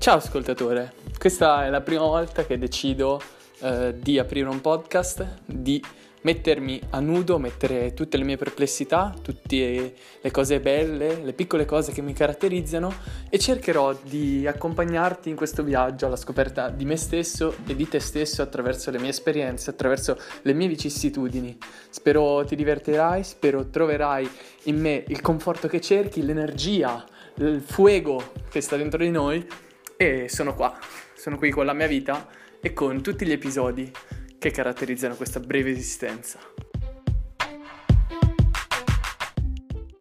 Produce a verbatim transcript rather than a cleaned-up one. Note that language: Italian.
Ciao ascoltatore, questa è la prima volta che decido eh, di aprire un podcast, di mettermi a nudo, mettere tutte le mie perplessità, tutte le cose belle, le piccole cose che mi caratterizzano e cercherò di accompagnarti in questo viaggio alla scoperta di me stesso e di te stesso attraverso le mie esperienze, attraverso le mie vicissitudini. Spero ti divertirai, spero troverai in me il conforto che cerchi, l'energia, il fuego che sta dentro di noi. E sono qua, sono qui con la mia vita e con tutti gli episodi che caratterizzano questa breve esistenza.